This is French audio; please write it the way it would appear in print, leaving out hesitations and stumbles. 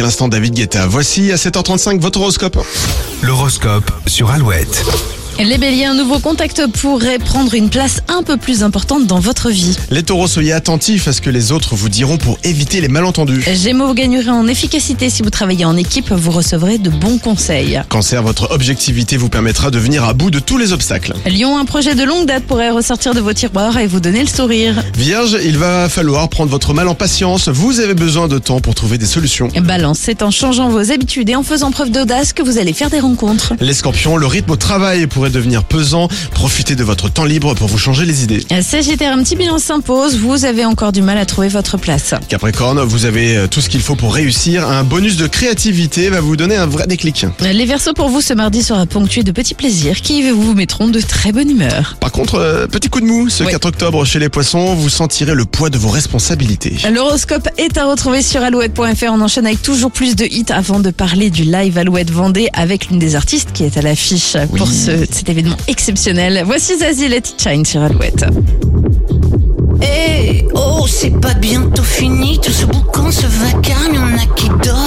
l'instant, David Guetta. Voici à 7h35 votre horoscope. L'horoscope sur Alouette. Les béliers, un nouveau contact pourrait prendre une place un peu plus importante dans votre vie. Les taureaux, soyez attentifs à ce que les autres vous diront pour éviter les malentendus. Gémeaux, vous gagnerez en efficacité si vous travaillez en équipe, vous recevrez de bons conseils. Cancer, votre objectivité vous permettra de venir à bout de tous les obstacles. Lion, un projet de longue date pourrait ressortir de vos tiroirs et vous donner le sourire. Vierge, il va falloir prendre votre mal en patience. Vous avez besoin de temps pour trouver des solutions. Balance, c'est en changeant vos habitudes et en faisant preuve d'audace que vous allez faire des rencontres. Les scorpions, le rythme au travail pourrait devenir pesant. Profitez de votre temps libre pour vous changer les idées. Sagittaire, un petit bilan s'impose, vous avez encore du mal à trouver votre place. Capricorne, vous avez tout ce qu'il faut pour réussir. Un bonus de créativité va vous donner un vrai déclic. Les Verseaux, pour vous, ce mardi sera ponctué de petits plaisirs qui vous mettront de très bonne humeur. Par contre, petit coup de mou, ce 4 octobre chez les poissons, vous sentirez le poids de vos responsabilités. L'horoscope est à retrouver sur alouette.fr. On enchaîne avec toujours plus de hits avant de parler du live Alouette Vendée avec l'une des artistes qui est à l'affiche pour cet événement exceptionnel. Voici Zazie, Let It Shine sur Alouette. Oh, c'est pas bientôt fini, tout ce boucan, ce vacarme, y'en a qui dorment.